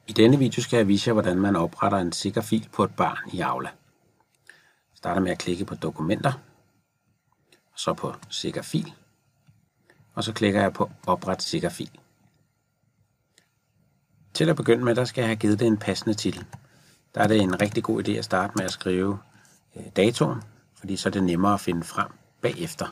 I denne video skal jeg vise jer, hvordan man opretter en sikker fil på et barn i Aula. Jeg starter med at klikke på dokumenter, og så på sikker fil, og så klikker jeg på opret sikker fil. Til at begynde med, der skal jeg have givet det en passende titel. Der er det en rigtig god idé at starte med at skrive datoen, fordi så er det nemmere at finde frem bagefter.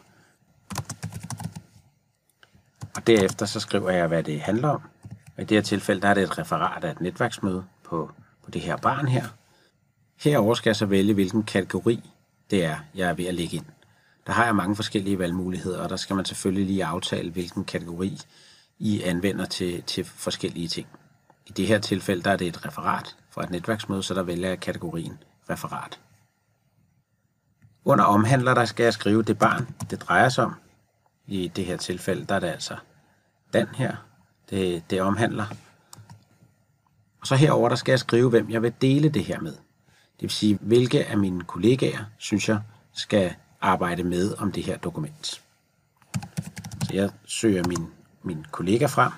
Og derefter så skriver jeg, hvad det handler om. Og i det her tilfælde, der er det et referat af et netværksmøde på det her barn her. Herover skal jeg så vælge, hvilken kategori det er, jeg er ved at lægge ind. Der har jeg mange forskellige valgmuligheder, og der skal man selvfølgelig lige aftale, hvilken kategori I anvender til forskellige ting. I det her tilfælde, der er det et referat fra et netværksmøde, så der vælger jeg kategorien referat. Under omhandler, der skal jeg skrive det barn, det drejer sig om. I det her tilfælde, der er det altså Dan her, det omhandler. Og så herover der skal jeg skrive, hvem jeg vil dele det her med. Det vil sige, hvilke af mine kollegaer, synes jeg, skal arbejde med om det her dokument. Så jeg søger min kollega frem.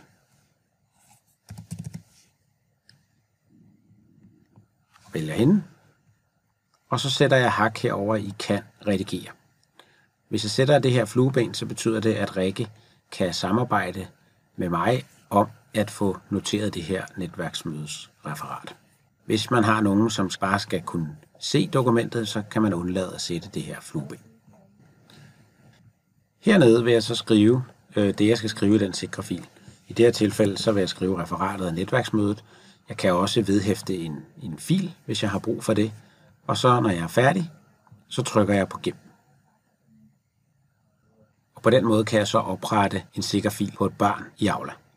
Vælger hende. Og så sætter jeg hak herover i kan redigere. Hvis jeg sætter det her flueben, så betyder det, at Rikke kan samarbejde med mig om at få noteret det her netværksmødes referat. Hvis man har nogen, som bare skal kunne se dokumentet, så kan man undlade at sætte det her flueben. Hernede vil jeg så skrive det, jeg skal skrive i den sikre fil. I det her tilfælde så vil jeg skrive referatet af netværksmødet. Jeg kan også vedhæfte en fil, hvis jeg har brug for det. Og så når jeg er færdig, så trykker jeg på gem. Og på den måde kan jeg så oprette en sikker fil på et barn i Aula.